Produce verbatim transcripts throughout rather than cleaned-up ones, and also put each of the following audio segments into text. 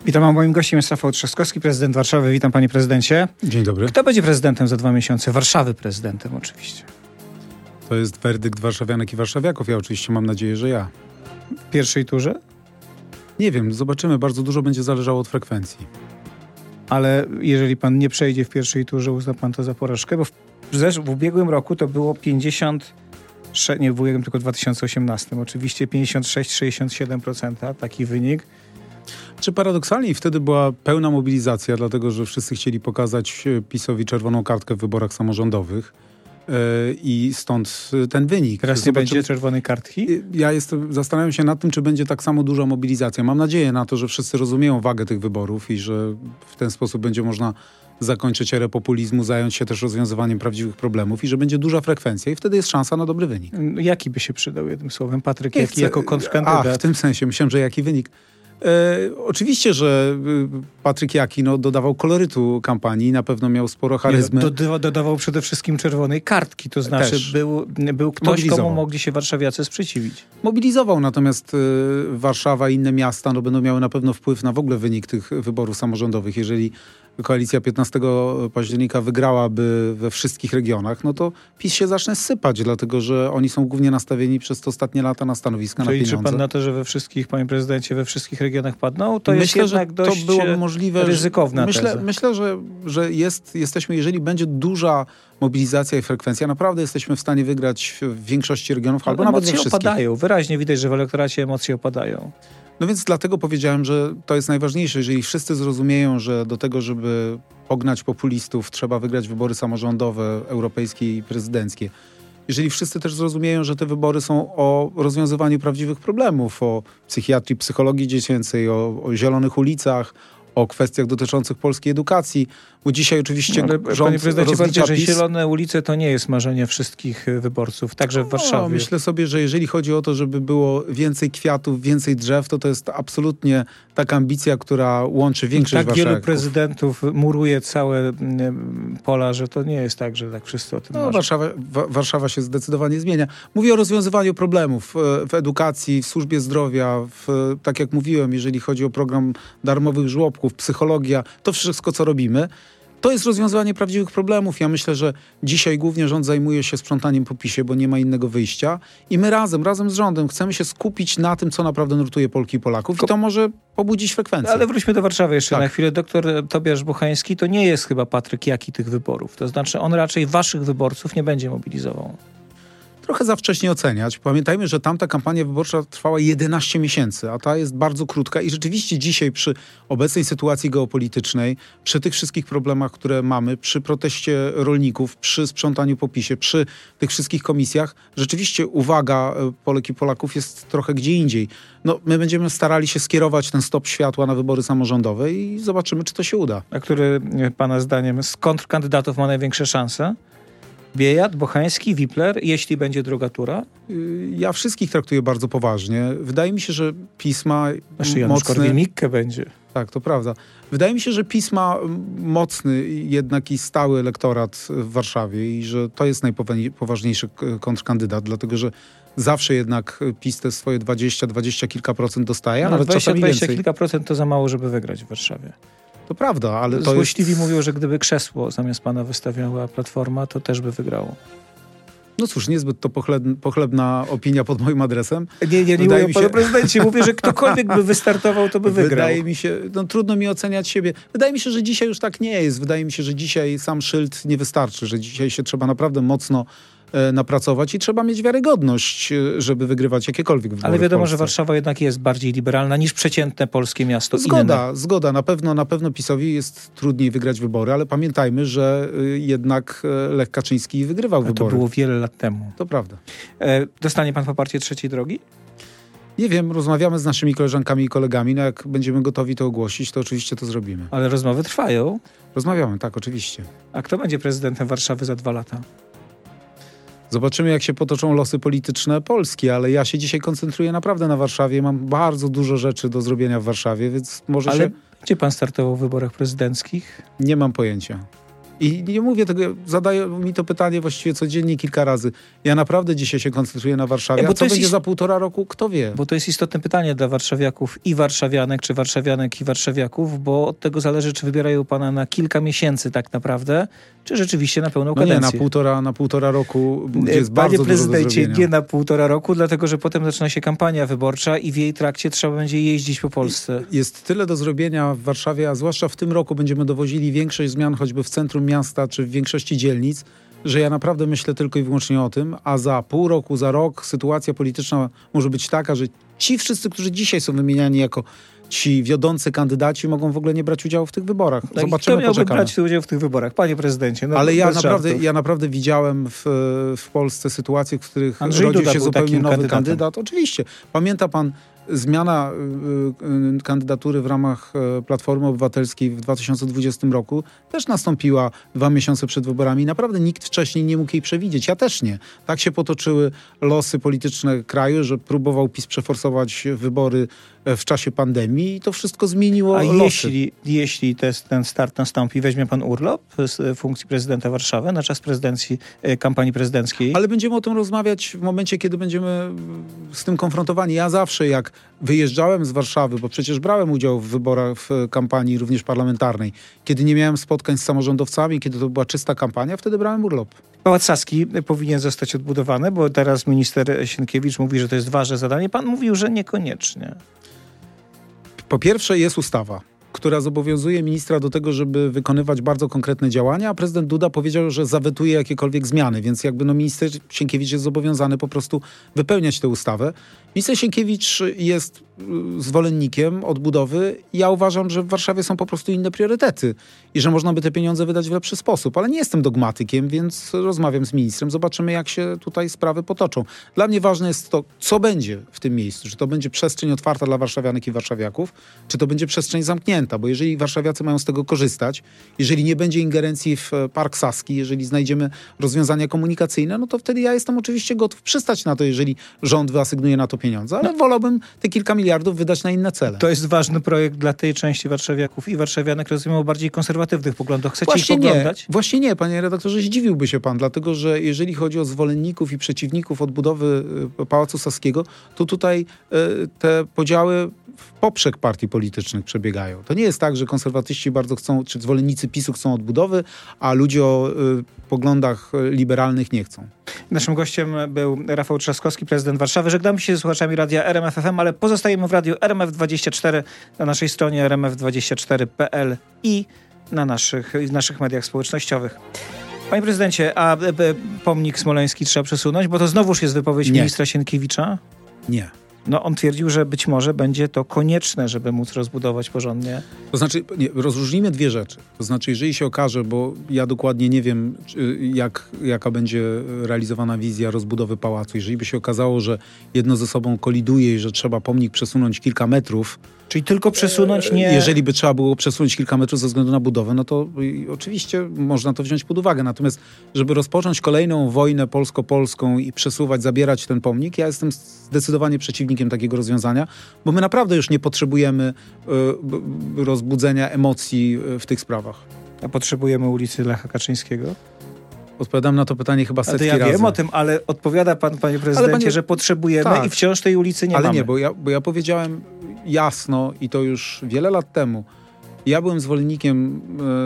Witam, a moim gościem jest Rafał Trzaskowski, prezydent Warszawy. Witam, panie prezydencie. Dzień dobry. Kto będzie prezydentem za dwa miesiące? Warszawy prezydentem oczywiście. To jest werdykt warszawianek i warszawiaków. Ja oczywiście mam nadzieję, że ja. W pierwszej turze? Nie wiem, zobaczymy. Bardzo dużo będzie zależało od frekwencji. Ale jeżeli pan nie przejdzie w pierwszej turze, uzna pan to za porażkę? Bo w, w ubiegłym roku to było pięćdziesiąt sześć, nie w ubiegłym, tylko w dwa tysiące osiemnastym. Oczywiście pięćdziesiąt sześć przecinek sześćdziesiąt siedem procent, taki wynik. Czy paradoksalnie wtedy była pełna mobilizacja, dlatego że wszyscy chcieli pokazać PiS-owi czerwoną kartkę w wyborach samorządowych yy, i stąd ten wynik. Teraz nie Zobaczymy. będzie czerwonej kartki? Ja jestem, zastanawiam się nad tym, czy będzie tak samo duża mobilizacja. Mam nadzieję na to, że wszyscy rozumieją wagę tych wyborów i że w ten sposób będzie można zakończyć erę populizmu, zająć się też rozwiązywaniem prawdziwych problemów i że będzie duża frekwencja i wtedy jest szansa na dobry wynik. Jaki by się przydał jednym słowem? Patryk Nie Jaki chcę, jako kontrkandydat? A, w tym sensie. Myślałem, że jaki wynik. E, oczywiście, że Patryk Jaki no, dodawał kolorytu kampanii, na pewno miał sporo charyzmy. Nie, dodawał, dodawał przede wszystkim czerwonej kartki, to znaczy Też. był, był ktoś, Mobilizował. komu mogli się warszawiacy sprzeciwić. Mobilizował, natomiast y, Warszawa i inne miasta no, będą miały na pewno wpływ na w ogóle wynik tych wyborów samorządowych. Jeżeli koalicja piętnastego października wygrałaby we wszystkich regionach, no to PiS się zacznie sypać, dlatego że oni są głównie nastawieni przez te ostatnie lata na stanowiska, Czyli na pieniądze. liczy pan na to, że we wszystkich, panie prezydencie, we wszystkich regionach padną? To myślę, jest jednak że dość to byłoby możliwe, ryzykowna myślę, teza. Myślę, że, że jest, jesteśmy, jeżeli będzie duża mobilizacja i frekwencja, naprawdę jesteśmy w stanie wygrać w większości regionów, albo Ale nawet we emocje wszystkich. opadają. Wyraźnie widać, że w elektoracie emocje opadają. No więc dlatego powiedziałem, że to jest najważniejsze. Jeżeli wszyscy zrozumieją, że do tego, żeby pognać populistów, trzeba wygrać wybory samorządowe, europejskie i prezydenckie. Jeżeli wszyscy też zrozumieją, że te wybory są o rozwiązywaniu prawdziwych problemów, o psychiatrii, psychologii dziecięcej, o, o zielonych ulicach, o kwestiach dotyczących polskiej edukacji, bo dzisiaj oczywiście Ale, rząd panie prezydencie, rozlicza bardziej, że PiS. zielone ulice to nie jest marzenie wszystkich wyborców, także w Warszawie. No, myślę sobie, że jeżeli chodzi o to, żeby było więcej kwiatów, więcej drzew, to to jest absolutnie taka ambicja, która łączy większość Tak wielu warszawiaków. prezydentów muruje całe mm, pola, że to nie jest tak, że tak wszyscy o tym No, marzą. Warszawa, Wa- Warszawa się zdecydowanie zmienia. Mówię o rozwiązywaniu problemów e, w edukacji, w służbie zdrowia, w, tak jak mówiłem, jeżeli chodzi o program darmowych żłobków, psychologia, to wszystko, co robimy, to jest rozwiązywanie prawdziwych problemów. Ja myślę, że dzisiaj głównie rząd zajmuje się sprzątaniem po PiSie, bo nie ma innego wyjścia. I my razem, razem z rządem chcemy się skupić na tym, co naprawdę nurtuje Polki i Polaków. I to może pobudzić frekwencję. Ale wróćmy do Warszawy jeszcze Tak. na chwilę. Doktor Tobiasz Buchański to nie jest chyba Patryk Jaki tych wyborów. To znaczy on raczej waszych wyborców nie będzie mobilizował. Trochę za wcześnie oceniać. Pamiętajmy, że tamta kampania wyborcza trwała jedenaście miesięcy, a ta jest bardzo krótka i rzeczywiście dzisiaj przy obecnej sytuacji geopolitycznej, przy tych wszystkich problemach, które mamy, przy proteście rolników, przy sprzątaniu po PiSie, przy tych wszystkich komisjach, rzeczywiście uwaga Polek i Polaków jest trochę gdzie indziej. No, my będziemy starali się skierować ten stop światła na wybory samorządowe i zobaczymy, czy to się uda. A który pana zdaniem z kontrkandydatów ma największe szanse? Biejat, Bochański, Wipler, jeśli będzie druga tura? Ja wszystkich traktuję bardzo poważnie. Wydaje mi się, że PiS ma Znaczy Janusz mocny... Korwin-Mikke będzie. Tak, to prawda. Wydaje mi się, że PiS ma mocny jednak i stały elektorat w Warszawie i że to jest najpoważniejszy kontrkandydat, dlatego że zawsze jednak PiS te swoje dwadzieścia, dwadzieścia kilka procent dostaje, a No, nawet dwadzieścia, czasami dwadzieścia więcej. kilka procent to za mało, żeby wygrać w Warszawie. To prawda, ale to Złośliwi jest... mówią, że gdyby krzesło zamiast pana wystawiała Platforma, to też by wygrało. No cóż, niezbyt to pochlebna, pochlebna opinia pod moim adresem. Nie, nie, nie Wydaje mówię mi o panu się- prezydencie. Mówię, że ktokolwiek by wystartował, to by wygrał. Wydaje mi się, no trudno mi oceniać siebie. Wydaje mi się, że dzisiaj już tak nie jest. Wydaje mi się, że dzisiaj sam szyld nie wystarczy, że dzisiaj się trzeba naprawdę mocno e, napracować i trzeba mieć wiarygodność, e, żeby wygrywać jakiekolwiek wybory Ale w wiadomo, Polsce. że Warszawa jednak jest bardziej liberalna niż przeciętne polskie miasto. Zgoda, zgoda. Na pewno, na pewno PiS-owi jest trudniej wygrać wybory, ale pamiętajmy, że y, jednak e, Lech Kaczyński wygrywał Ale to wybory. było wiele lat temu. To prawda. E, dostanie pan poparcie trzeciej drogi? Nie wiem, rozmawiamy z naszymi koleżankami i kolegami. No jak będziemy gotowi to ogłosić, to oczywiście to zrobimy. Ale rozmowy trwają. Rozmawiamy, tak, oczywiście. A kto będzie prezydentem Warszawy za dwa lata? Zobaczymy, jak się potoczą losy polityczne Polski, ale ja się dzisiaj koncentruję naprawdę na Warszawie. Mam bardzo dużo rzeczy do zrobienia w Warszawie, więc może Ale się... gdzie pan startował w wyborach prezydenckich? Nie mam pojęcia. I nie mówię tego, zadają mi to pytanie właściwie codziennie kilka razy. Ja naprawdę dzisiaj się koncentruję na Warszawie, Nie, a co będzie ist... za półtora roku, kto wie. Bo to jest istotne pytanie dla warszawiaków i warszawianek, czy warszawianek i warszawiaków, bo od tego zależy, czy wybierają pana na kilka miesięcy tak naprawdę, czy rzeczywiście na pełną no kadencję. Nie, na półtora, na półtora roku, gdzie jest Panie bardzo prezydencie, dużo do nie na półtora roku, dlatego że potem zaczyna się kampania wyborcza i w jej trakcie trzeba będzie jeździć po Polsce. Jest tyle do zrobienia w Warszawie, a zwłaszcza w tym roku będziemy dowozili większość zmian choćby w centrum miasta, czy w większości dzielnic, że ja naprawdę myślę tylko i wyłącznie o tym, a za pół roku, za rok sytuacja polityczna może być taka, że ci wszyscy, którzy dzisiaj są wymieniani jako ci wiodący kandydaci, mogą w ogóle nie brać udziału w tych wyborach. Tak, Zobaczymy, kto miałby poczekamy. brać udział w tych wyborach? Panie prezydencie, no Ale ja bez naprawdę, żartów. ja naprawdę widziałem w, w Polsce sytuacje, w których Andrzej rodził Duda się był zupełnie takim nowy kandydatem. kandydat. Oczywiście. Pamięta pan zmiana y, y, kandydatury w ramach y, Platformy Obywatelskiej w dwa tysiące dwudziestym roku też nastąpiła dwa miesiące przed wyborami. Naprawdę nikt wcześniej nie mógł jej przewidzieć. Ja też nie. Tak się potoczyły losy polityczne kraju, że próbował PiS przeforsować wybory w czasie pandemii i to wszystko zmieniło A losy. jeśli, jeśli te, ten start nastąpi, weźmie pan urlop z funkcji prezydenta Warszawy na czas prezydencji, kampanii prezydenckiej? Ale będziemy o tym rozmawiać w momencie, kiedy będziemy z tym konfrontowani. Ja zawsze, jak wyjeżdżałem z Warszawy, bo przecież brałem udział w wyborach, w kampanii również parlamentarnej, kiedy nie miałem spotkań z samorządowcami, kiedy to była czysta kampania, wtedy brałem urlop. Pałac Saski powinien zostać odbudowany, bo teraz minister Sienkiewicz mówi, że to jest ważne zadanie. Pan mówił, że niekoniecznie. Po pierwsze jest ustawa, która zobowiązuje ministra do tego, żeby wykonywać bardzo konkretne działania, a prezydent Duda powiedział, że zawetuje jakiekolwiek zmiany, więc jakby no minister Sienkiewicz jest zobowiązany po prostu wypełniać tę ustawę. Minister Sienkiewicz jest zwolennikiem odbudowy. Ja uważam, że w Warszawie są po prostu inne priorytety i że można by te pieniądze wydać w lepszy sposób, ale nie jestem dogmatykiem, więc rozmawiam z ministrem, zobaczymy, jak się tutaj sprawy potoczą. Dla mnie ważne jest to, co będzie w tym miejscu, czy to będzie przestrzeń otwarta dla warszawianek i warszawiaków, czy to będzie przestrzeń zamknięta, bo jeżeli warszawiacy mają z tego korzystać, jeżeli nie będzie ingerencji w Park Saski, jeżeli znajdziemy rozwiązania komunikacyjne, no to wtedy ja jestem oczywiście gotów przystać na to, jeżeli rząd wyasygnuje na to pieniądze, ale no. wolałbym te kilka miliardów wydać na inne cele. To jest ważny projekt dla tej części warszawiaków i warszawianek, rozumiem, o bardziej konserwatywnych poglądach. Chcecie Właśnie ich nie, poglądać? Właśnie nie, panie redaktorze, zdziwiłby się pan, dlatego że jeżeli chodzi o zwolenników i przeciwników odbudowy Pałacu Saskiego, to tutaj y, te podziały w poprzek partii politycznych przebiegają. To nie jest tak, że konserwatyści bardzo chcą, czy zwolennicy PiSu chcą odbudowy, a ludzie o y, poglądach liberalnych nie chcą. Naszym gościem był Rafał Trzaskowski, prezydent Warszawy. Żegnamy się ze słuchaczami radia R M F F M, ale pozostajemy w radiu R M F dwadzieścia cztery na naszej stronie r m f dwadzieścia cztery kropka p l i na naszych, w naszych mediach społecznościowych. Panie prezydencie, a e, pomnik smoleński trzeba przesunąć, bo to znowuż jest wypowiedź Nie. ministra Sienkiewicza. Nie. No on twierdził, że być może będzie to konieczne, żeby móc rozbudować porządnie. To znaczy, nie, rozróżnijmy dwie rzeczy. To znaczy, jeżeli się okaże, bo ja dokładnie nie wiem, czy, jak, jaka będzie realizowana wizja rozbudowy pałacu. Jeżeli by się okazało, że jedno ze sobą koliduje i że trzeba pomnik przesunąć kilka metrów, Czyli tylko przesunąć, nie... jeżeli by trzeba było przesunąć kilka metrów ze względu na budowę, no to y, oczywiście można to wziąć pod uwagę. Natomiast, żeby rozpocząć kolejną wojnę polsko-polską i przesuwać, zabierać ten pomnik, ja jestem zdecydowanie przeciwnikiem takiego rozwiązania, bo my naprawdę już nie potrzebujemy y, rozbudzenia emocji w tych sprawach. A potrzebujemy ulicy Lecha Kaczyńskiego? Odpowiadam na to pytanie chyba setki ja razy. wiem o tym, ale odpowiada pan, panie prezydencie, panie... że potrzebujemy tak. i wciąż tej ulicy nie ale mamy. Ale nie, bo ja, bo ja powiedziałem jasno i to już wiele lat temu. Ja byłem zwolennikiem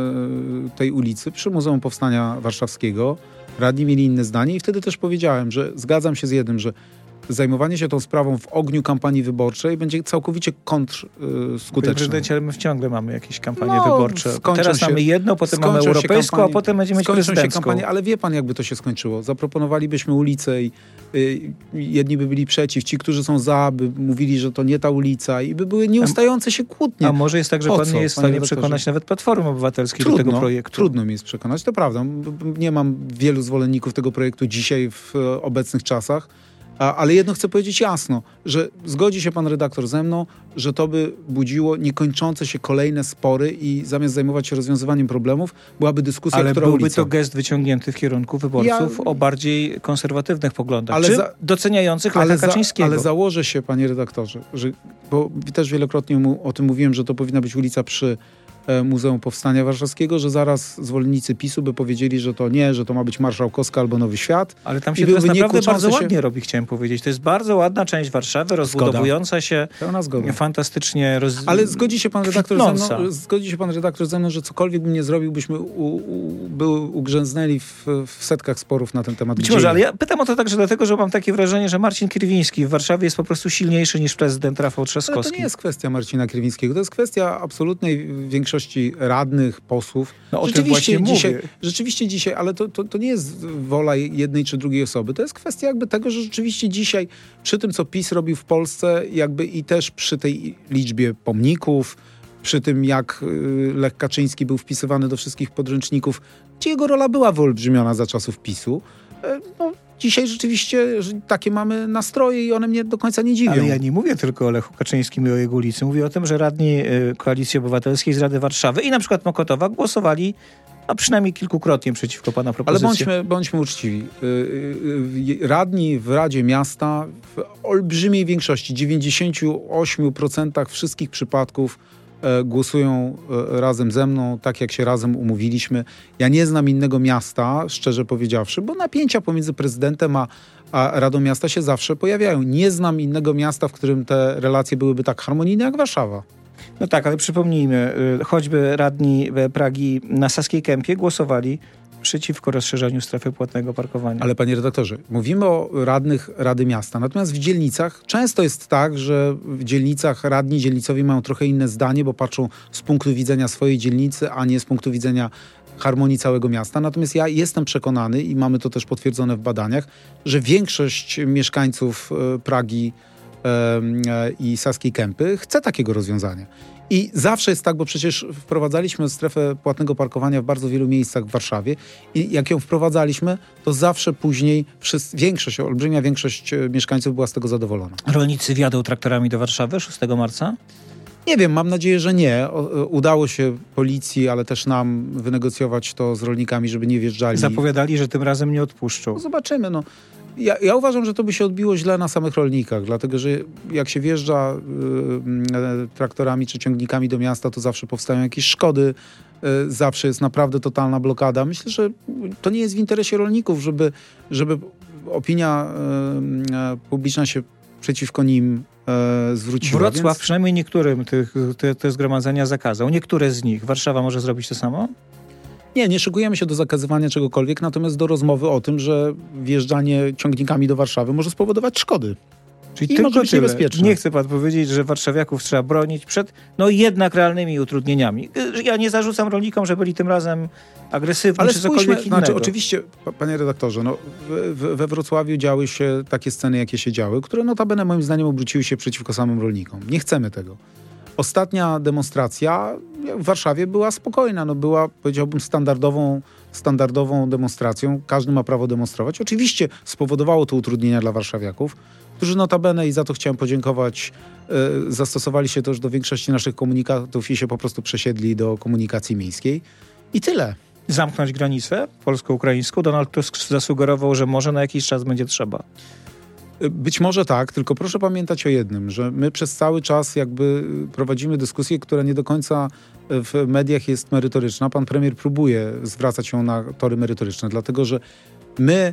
e, tej ulicy przy Muzeum Powstania Warszawskiego. Radni mieli inne zdanie i wtedy też powiedziałem, że zgadzam się z jednym, że zajmowanie się tą sprawą w ogniu kampanii wyborczej będzie całkowicie kontrskuteczne. Panie prezydencie, ale my ciągle mamy jakieś kampanie no, wyborcze. Teraz się, mamy jedno, potem mamy europejską, kampanie, a potem będziemy mieć prezydencką. Się kampanie, ale wie pan, jakby to się skończyło. Zaproponowalibyśmy ulicę i y, jedni by byli przeciw, ci, którzy są za, by mówili, że to nie ta ulica i by były nieustające się kłótnie. A może jest tak, że po pan co, nie jest w stanie przekonać nawet Platformy Obywatelskiej trudno, do tego projektu? Trudno mi jest przekonać, to prawda. Nie mam wielu zwolenników tego projektu dzisiaj w obecnych czasach. Ale jedno chcę powiedzieć jasno, że zgodzi się pan redaktor ze mną, że to by budziło niekończące się kolejne spory i zamiast zajmować się rozwiązywaniem problemów, byłaby dyskusja, ale która byłby ulica. to gest wyciągnięty w kierunku wyborców ja... o bardziej konserwatywnych poglądach, ale czy za... doceniających Lecha ale Kaczyńskiego. Za, ale założę się, panie redaktorze, że, bo też wielokrotnie mu, o tym mówiłem, że to powinna być ulica przy Muzeum Powstania Warszawskiego, że zaraz zwolennicy PiSu by powiedzieli, że to nie, że to ma być Marszałkowska albo Nowy Świat. Ale tam się teraz naprawdę bardzo ładnie się... robi, chciałem powiedzieć. To jest bardzo ładna część Warszawy, rozbudowująca się, fantastycznie roz... Ale zgodzi się pan redaktor ze mną, zgodzi się pan redaktor ze mną, że cokolwiek bym nie zrobił, byśmy u, u, był, ugrzęznęli w, w setkach sporów na ten temat. Być może, ale ja pytam o to także dlatego, że mam takie wrażenie, że Marcin Kierwiński w Warszawie jest po prostu silniejszy niż prezydent Rafał Trzaskowski. Ale to nie jest kwestia Marcina Kierwińskiego, to jest kwestia absolutnej większości radnych, posłów. No, rzeczywiście dzisiaj, mówię. rzeczywiście dzisiaj, ale to, to, to nie jest wola jednej czy drugiej osoby. To jest kwestia jakby tego, że rzeczywiście dzisiaj przy tym, co PiS robił w Polsce, jakby i też przy tej liczbie pomników, przy tym, jak Lech Kaczyński był wpisywany do wszystkich podręczników, gdzie jego rola była wyolbrzymiona za czasów PiSu, no, dzisiaj rzeczywiście takie mamy nastroje i one mnie do końca nie dziwią. Ale ja nie mówię tylko o Lechu Kaczyńskim i o jego ulicy. Mówię o tym, że radni Koalicji Obywatelskiej z Rady Warszawy i na przykład Mokotowa głosowali a przynajmniej kilkukrotnie przeciwko pana propozycji. Ale bądźmy, bądźmy uczciwi. Radni w Radzie Miasta w olbrzymiej większości, dziewięćdziesiąt osiem procent wszystkich przypadków głosują razem ze mną, tak jak się razem umówiliśmy. Ja nie znam innego miasta, szczerze powiedziawszy, bo napięcia pomiędzy prezydentem a, a Radą Miasta się zawsze pojawiają. Nie znam innego miasta, w którym te relacje byłyby tak harmonijne jak Warszawa. No tak, ale przypomnijmy, choćby radni Pragi na Saskiej Kępie głosowali przeciwko rozszerzeniu strefy płatnego parkowania. Ale panie redaktorze, mówimy o radnych Rady Miasta, natomiast w dzielnicach często jest tak, że w dzielnicach radni dzielnicowi mają trochę inne zdanie, bo patrzą z punktu widzenia swojej dzielnicy, a nie z punktu widzenia harmonii całego miasta. Natomiast ja jestem przekonany i mamy to też potwierdzone w badaniach, że większość mieszkańców Pragi i Saskiej Kępy chce takiego rozwiązania. I zawsze jest tak, bo przecież wprowadzaliśmy strefę płatnego parkowania w bardzo wielu miejscach w Warszawie i jak ją wprowadzaliśmy, to zawsze później wszyscy, większość, olbrzymia większość mieszkańców była z tego zadowolona. Rolnicy wjadą traktorami do Warszawy szóstego marca? Nie wiem, mam nadzieję, że nie. Udało się policji, ale też nam wynegocjować to z rolnikami, żeby nie wjeżdżali. Zapowiadali, że tym razem nie odpuszczą. No zobaczymy, no. Ja, ja uważam, że to by się odbiło źle na samych rolnikach, dlatego że jak się wjeżdża y, traktorami czy ciągnikami do miasta, to zawsze powstają jakieś szkody, y, zawsze jest naprawdę totalna blokada. Myślę, że to nie jest w interesie rolników, żeby, żeby opinia y, publiczna się przeciwko nim y, zwróciła. Wrocław więc... przynajmniej niektórym tych, te, te zgromadzenia zakazał. Niektóre z nich. Warszawa może zrobić to samo? Nie, nie szykujemy się do zakazywania czegokolwiek, natomiast do rozmowy o tym, że wjeżdżanie ciągnikami do Warszawy może spowodować szkody. Czyli I tylko może być tyle. niebezpieczne. Nie chce pan powiedzieć, że warszawiaków trzeba bronić przed no jednak realnymi utrudnieniami. Ja nie zarzucam rolnikom, że byli tym razem agresywni ale czy cokolwiek innego. Znaczy, oczywiście, panie redaktorze, no, w, we Wrocławiu działy się takie sceny, jakie się działy, które notabene moim zdaniem obróciły się przeciwko samym rolnikom. Nie chcemy tego. Ostatnia demonstracja w Warszawie była spokojna, no była, powiedziałbym, standardową, standardową demonstracją. Każdy ma prawo demonstrować. Oczywiście spowodowało to utrudnienia dla warszawiaków, którzy notabene, i za to chciałem podziękować, y, zastosowali się też do większości naszych komunikatów i się po prostu przesiedli do komunikacji miejskiej. I tyle. Zamknąć granicę polsko-ukraińską? Donald Tusk zasugerował, że może na jakiś czas będzie trzeba. Być może tak, tylko proszę pamiętać o jednym, że my przez cały czas jakby prowadzimy dyskusję, która nie do końca w mediach jest merytoryczna. Pan premier próbuje zwracać ją na tory merytoryczne, dlatego że my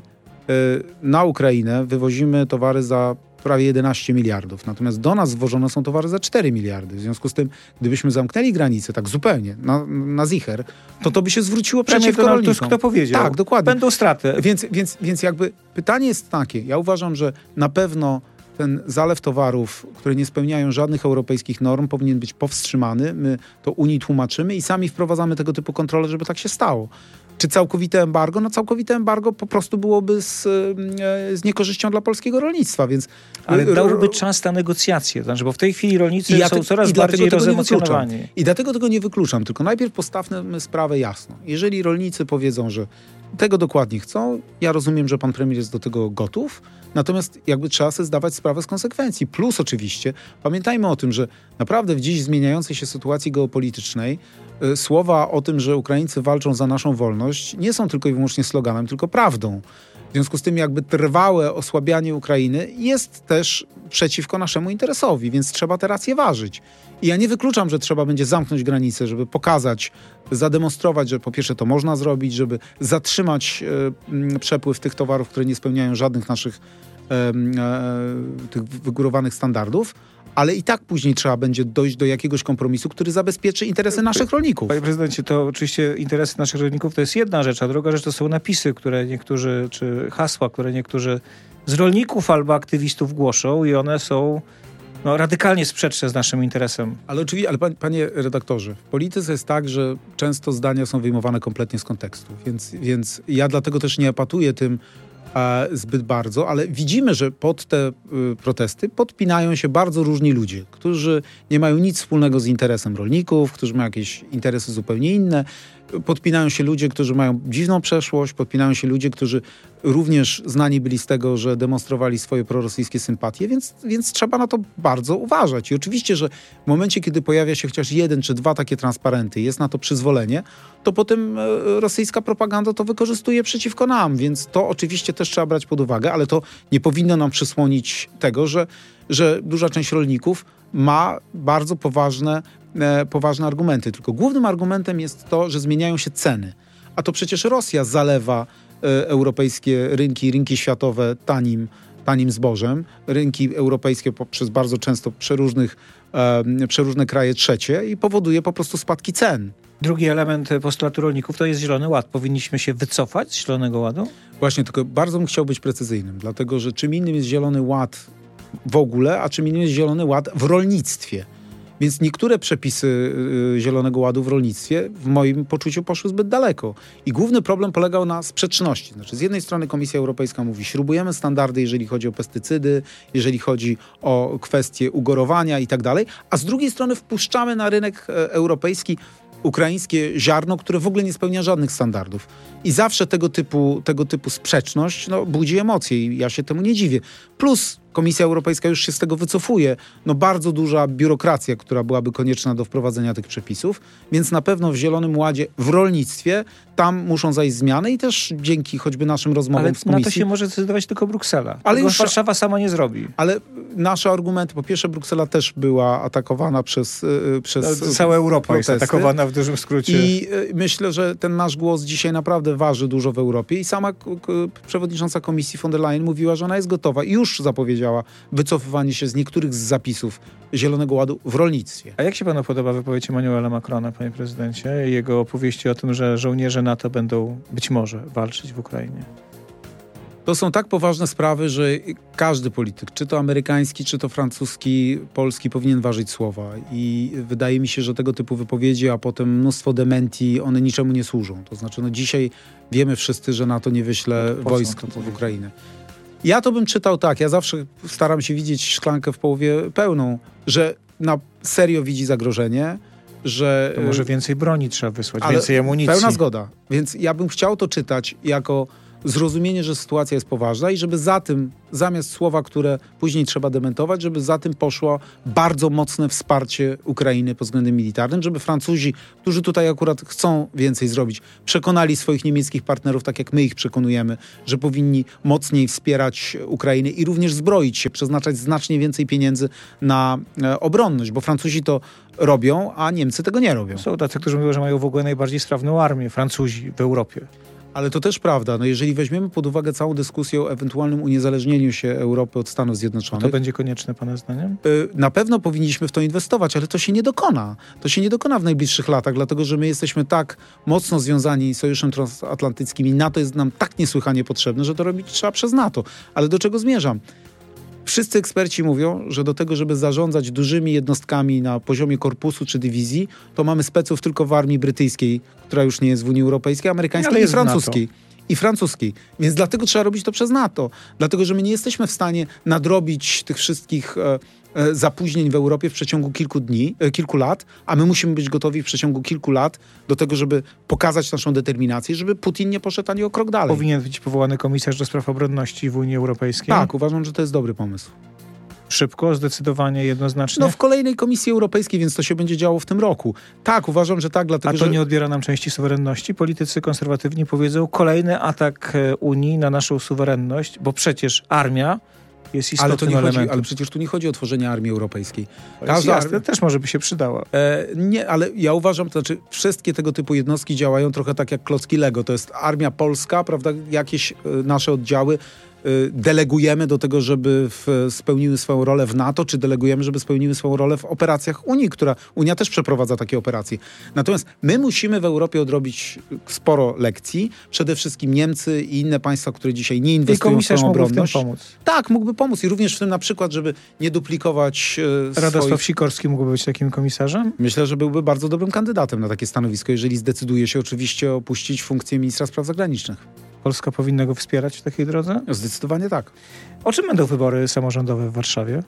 na Ukrainę wywozimy towary za prawie jedenaście miliardów, natomiast do nas wwożone są towary za cztery miliardy. W związku z tym, gdybyśmy zamknęli granicę tak zupełnie, na, na zicher, to to by się zwróciło przeciwko Donald rolnikom. Tusk to powiedział. Tak, dokładnie. Będą straty. Więc, więc, więc jakby pytanie jest takie. Ja uważam, że na pewno ten zalew towarów, które nie spełniają żadnych europejskich norm, powinien być powstrzymany. My to Unii tłumaczymy i sami wprowadzamy tego typu kontrole, żeby tak się stało. Czy całkowite embargo? No całkowite embargo po prostu byłoby z, z niekorzyścią dla polskiego rolnictwa, więc... Ale dałby czas na negocjacje, znaczy, bo w tej chwili rolnicy ja są te, coraz bardziej rozemocjonowani. I dlatego tego nie wykluczam, tylko najpierw postawmy sprawę jasno. Jeżeli rolnicy powiedzą, że tego dokładnie chcą, ja rozumiem, że pan premier jest do tego gotów, natomiast jakby trzeba sobie zdawać sprawę z konsekwencji. Plus oczywiście pamiętajmy o tym, że naprawdę w dziś zmieniającej się sytuacji geopolitycznej y, słowa o tym, że Ukraińcy walczą za naszą wolność, nie są tylko i wyłącznie sloganem, tylko prawdą. W związku z tym jakby trwałe osłabianie Ukrainy jest też przeciwko naszemu interesowi, więc trzeba te racje ważyć. I ja nie wykluczam, że trzeba będzie zamknąć granice, żeby pokazać, zademonstrować, że po pierwsze to można zrobić, żeby zatrzymać e, przepływ tych towarów, które nie spełniają żadnych naszych e, e, tych wygórowanych standardów, ale i tak później trzeba będzie dojść do jakiegoś kompromisu, który zabezpieczy interesy naszych rolników. Panie prezydencie, to oczywiście interesy naszych rolników to jest jedna rzecz, a druga rzecz to są napisy, które niektórzy, czy hasła, które niektórzy z rolników albo aktywistów głoszą i one są no, radykalnie sprzeczne z naszym interesem. Ale oczywiście, ale pan, panie redaktorze, w polityce jest tak, że często zdania są wyjmowane kompletnie z kontekstu, więc, więc ja dlatego też nie epatuję tym e, zbyt bardzo, ale widzimy, że pod te y, protesty podpinają się bardzo różni ludzie, którzy nie mają nic wspólnego z interesem rolników, którzy mają jakieś interesy zupełnie inne. Podpinają się ludzie, którzy mają dziwną przeszłość, podpinają się ludzie, którzy również znani byli z tego, że demonstrowali swoje prorosyjskie sympatie, więc, więc trzeba na to bardzo uważać. I oczywiście, że w momencie, kiedy pojawia się chociaż jeden czy dwa takie transparenty, jest na to przyzwolenie, to potem e, rosyjska propaganda to wykorzystuje przeciwko nam, więc to oczywiście też trzeba brać pod uwagę, ale to nie powinno nam przysłonić tego, że, że duża część rolników ma bardzo poważne E, poważne argumenty. Tylko głównym argumentem jest to, że zmieniają się ceny. A to przecież Rosja zalewa e, europejskie rynki, rynki światowe tanim, tanim zbożem. Rynki europejskie poprzez bardzo często przeróżnych, e, przeróżne kraje trzecie i powoduje po prostu spadki cen. Drugi element postulatu rolników to jest Zielony Ład. Powinniśmy się wycofać z Zielonego Ładu? Właśnie, tylko bardzo bym chciał być precyzyjnym, dlatego że czym innym jest Zielony Ład w ogóle, a czym innym jest Zielony Ład w rolnictwie. Więc niektóre przepisy y, Zielonego Ładu w rolnictwie w moim poczuciu poszły zbyt daleko. I główny problem polegał na sprzeczności. Znaczy, z jednej strony Komisja Europejska mówi, śrubujemy standardy, jeżeli chodzi o pestycydy, jeżeli chodzi o kwestie ugorowania i tak dalej, a z drugiej strony wpuszczamy na rynek e, europejski ukraińskie ziarno, które w ogóle nie spełnia żadnych standardów. I zawsze tego typu, tego typu sprzeczność no, budzi emocje i ja się temu nie dziwię. Plus Komisja Europejska już się z tego wycofuje. No bardzo duża biurokracja, która byłaby konieczna do wprowadzenia tych przepisów, więc na pewno w Zielonym Ładzie w rolnictwie tam muszą zajść zmiany i też dzięki choćby naszym rozmowom ale z Komisji. Ale na to się może zdecydować tylko Bruksela. Ale już już Warszawa sama nie zrobi. Ale nasze argumenty, po pierwsze Bruksela też była atakowana przez, yy, przez no, cała Europa protesty. Jest atakowana w dużym skrócie. I yy, myślę, że ten nasz głos dzisiaj naprawdę waży dużo w Europie i sama k- k- przewodnicząca Komisji von der Leyen mówiła, że ona jest gotowa i już zapowiedziała wycofywanie się z niektórych z zapisów Zielonego Ładu w rolnictwie. A jak się panu podoba wypowiedź Emmanuela Macrona, panie prezydencie, i jego opowieści o tym, że żołnierze NATO będą być może walczyć w Ukrainie? To są tak poważne sprawy, że każdy polityk, czy to amerykański, czy to francuski, polski, powinien ważyć słowa. I wydaje mi się, że tego typu wypowiedzi, a potem mnóstwo dementi, one niczemu nie służą. To znaczy, no dzisiaj wiemy wszyscy, że NATO nie wyśle no wojsk w Ukrainę. Ja to bym czytał tak, ja zawsze staram się widzieć szklankę w połowie pełną, że na serio widzi zagrożenie, że... To może więcej broni trzeba wysłać, więcej amunicji. Pełna zgoda. Więc ja bym chciał to czytać jako zrozumienie, że sytuacja jest poważna i żeby za tym, zamiast słowa, które później trzeba dementować, żeby za tym poszło bardzo mocne wsparcie Ukrainy pod względem militarnym, żeby Francuzi, którzy tutaj akurat chcą więcej zrobić, przekonali swoich niemieckich partnerów, tak jak my ich przekonujemy, że powinni mocniej wspierać Ukrainę i również zbroić się, przeznaczać znacznie więcej pieniędzy na e, obronność, bo Francuzi to robią, a Niemcy tego nie robią. Są tacy, którzy mówią, że mają w ogóle najbardziej sprawną armię, Francuzi w Europie. Ale to też prawda. No jeżeli weźmiemy pod uwagę całą dyskusję o ewentualnym uniezależnieniu się Europy od Stanów Zjednoczonych... To będzie konieczne, pana zdaniem? Na pewno powinniśmy w to inwestować, ale to się nie dokona. To się nie dokona w najbliższych latach, dlatego że my jesteśmy tak mocno związani z Sojuszem Transatlantyckim i NATO jest nam tak niesłychanie potrzebne, że to robić trzeba przez NATO. Ale do czego zmierzam? Wszyscy eksperci mówią, że do tego, żeby zarządzać dużymi jednostkami na poziomie korpusu czy dywizji, to mamy speców tylko w armii brytyjskiej, która już nie jest w Unii Europejskiej, amerykańskiej i francuskiej. I francuskiej. Więc dlatego trzeba robić to przez NATO. Dlatego, że my nie jesteśmy w stanie nadrobić tych wszystkich e, e, zapóźnień w Europie w przeciągu kilku dni, e, kilku lat, a my musimy być gotowi w przeciągu kilku lat do tego, żeby pokazać naszą determinację, żeby Putin nie poszedł ani o krok dalej. Powinien być powołany komisarz do spraw obronności w Unii Europejskiej? Tak, uważam, że to jest dobry pomysł. Szybko, zdecydowanie, jednoznacznie? No w kolejnej Komisji Europejskiej, więc to się będzie działo w tym roku. Tak, uważam, że tak, dlatego A to że... nie odbiera nam części suwerenności? Politycy konserwatywni powiedzą kolejny atak Unii na naszą suwerenność, bo przecież armia jest ale, to istotnym nie chodzi, elementem. ale przecież tu nie chodzi o tworzenie armii europejskiej. Każda armia też może by się przydała. E, nie, ale ja uważam, to znaczy wszystkie tego typu jednostki działają trochę tak jak klocki Lego. To jest armia polska, prawda, jakieś e, nasze oddziały delegujemy do tego, żeby w, spełniły swoją rolę w NATO, czy delegujemy, żeby spełniły swoją rolę w operacjach Unii, która Unia też przeprowadza takie operacje. Natomiast my musimy w Europie odrobić sporo lekcji. Przede wszystkim Niemcy i inne państwa, które dzisiaj nie inwestują w swoją obronność. Mógłby w tym pomóc. Tak, mógłby pomóc i również w tym na przykład, żeby nie duplikować e, Radosław swoich... Sikorski mógłby być takim komisarzem? Myślę, że byłby bardzo dobrym kandydatem na takie stanowisko, jeżeli zdecyduje się oczywiście opuścić funkcję ministra spraw zagranicznych. Polska powinna go wspierać w takiej drodze? Zdecydowanie tak. O czym będą wybory samorządowe w Warszawie?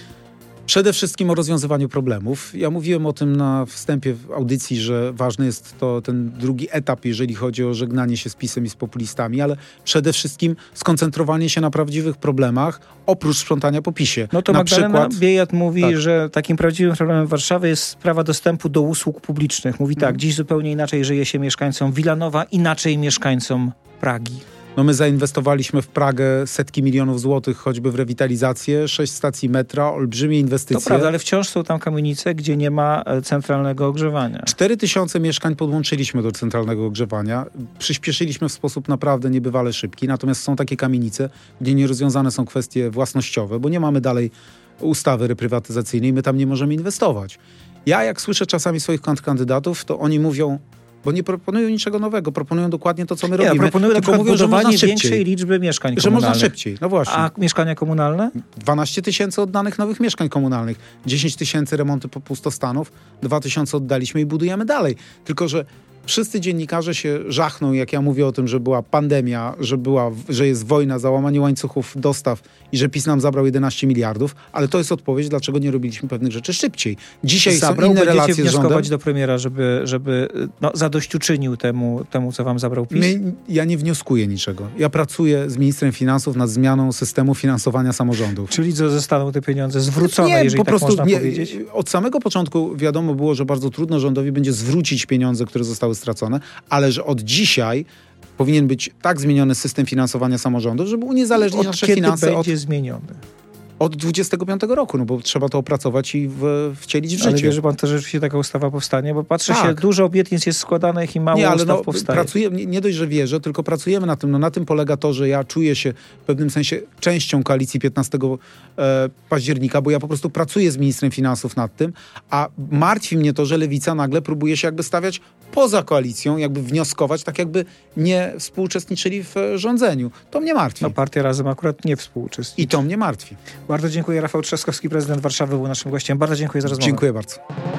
Przede wszystkim o rozwiązywaniu problemów. Ja mówiłem o tym na wstępie w audycji, że ważny jest to ten drugi etap, jeżeli chodzi o żegnanie się z PiS-em i z populistami, ale przede wszystkim skoncentrowanie się na prawdziwych problemach, oprócz sprzątania po PiS-ie. No to na Magdalena przykład... Biejat mówi, tak. że takim prawdziwym problemem Warszawy jest sprawa dostępu do usług publicznych. Mówi tak, Mhm. dziś zupełnie inaczej żyje się mieszkańcom Wilanowa, inaczej mieszkańcom Pragi. No my zainwestowaliśmy w Pragę setki milionów złotych, choćby w rewitalizację, sześć stacji metra, olbrzymie inwestycje. To prawda, ale wciąż są tam kamienice, gdzie nie ma centralnego ogrzewania. cztery tysiące mieszkań podłączyliśmy do centralnego ogrzewania. Przyspieszyliśmy w sposób naprawdę niebywale szybki. Natomiast są takie kamienice, gdzie nierozwiązane są kwestie własnościowe, bo nie mamy dalej ustawy reprywatyzacyjnej, my tam nie możemy inwestować. Ja jak słyszę czasami swoich kandydatów, to oni mówią, bo nie proponują niczego nowego, proponują dokładnie to, co my nie, robimy. proponują tylko na mówią, że można budowanie szybciej. większej liczby mieszkań Że komunalnych. można szybciej, no właśnie. A mieszkania komunalne? dwanaście tysięcy oddanych nowych mieszkań komunalnych, dziesięć tysięcy remonty po pustostanów, dwa tysiące oddaliśmy i budujemy dalej. Tylko że wszyscy dziennikarze się żachną, jak ja mówię o tym, że była pandemia, że, była, że jest wojna, załamanie łańcuchów dostaw i że PiS nam zabrał jedenaście miliardów, ale to jest odpowiedź, dlaczego nie robiliśmy pewnych rzeczy szybciej. Dzisiaj zabrał, są inne będziecie relacje z rządem. wnioskować do premiera, żeby, żeby no, zadośćuczynił temu, temu, co wam zabrał PiS? My, ja nie wnioskuję niczego. Ja pracuję z ministrem finansów nad zmianą systemu finansowania samorządów. Czyli co, zostaną te pieniądze zwrócone, nie, jeżeli po tak prostu można nie, powiedzieć? Od samego początku wiadomo było, że bardzo trudno rządowi będzie zwrócić pieniądze, które zostały stracone, ale że od dzisiaj powinien być tak zmieniony system finansowania samorządów, żeby uniezależnić Od nasze kiedy finanse będzie od, zmieniony? od dwudziestego piątego roku, no bo trzeba to opracować i w, wcielić w Ale życie. wierzy pan też, że rzeczywiście taka ustawa powstanie? Bo patrzę Tak. się, dużo obietnic jest składanych i mało Nie, ale ustaw no, powstaje. pracujemy, nie, nie dość, że wierzę, tylko pracujemy na tym. No, na tym polega to, że ja czuję się w pewnym sensie częścią koalicji piętnastego e, października, bo ja po prostu pracuję z ministrem finansów nad tym, a martwi mnie to, że Lewica nagle próbuje się jakby stawiać poza koalicją, jakby wnioskować, tak jakby nie współuczestniczyli w e, rządzeniu. To mnie martwi. No partia Razem akurat nie współuczestniczy. I to mnie martwi. Bardzo dziękuję. Rafał Trzaskowski, prezydent Warszawy, był naszym gościem. Bardzo dziękuję za rozmowę. Dziękuję bardzo.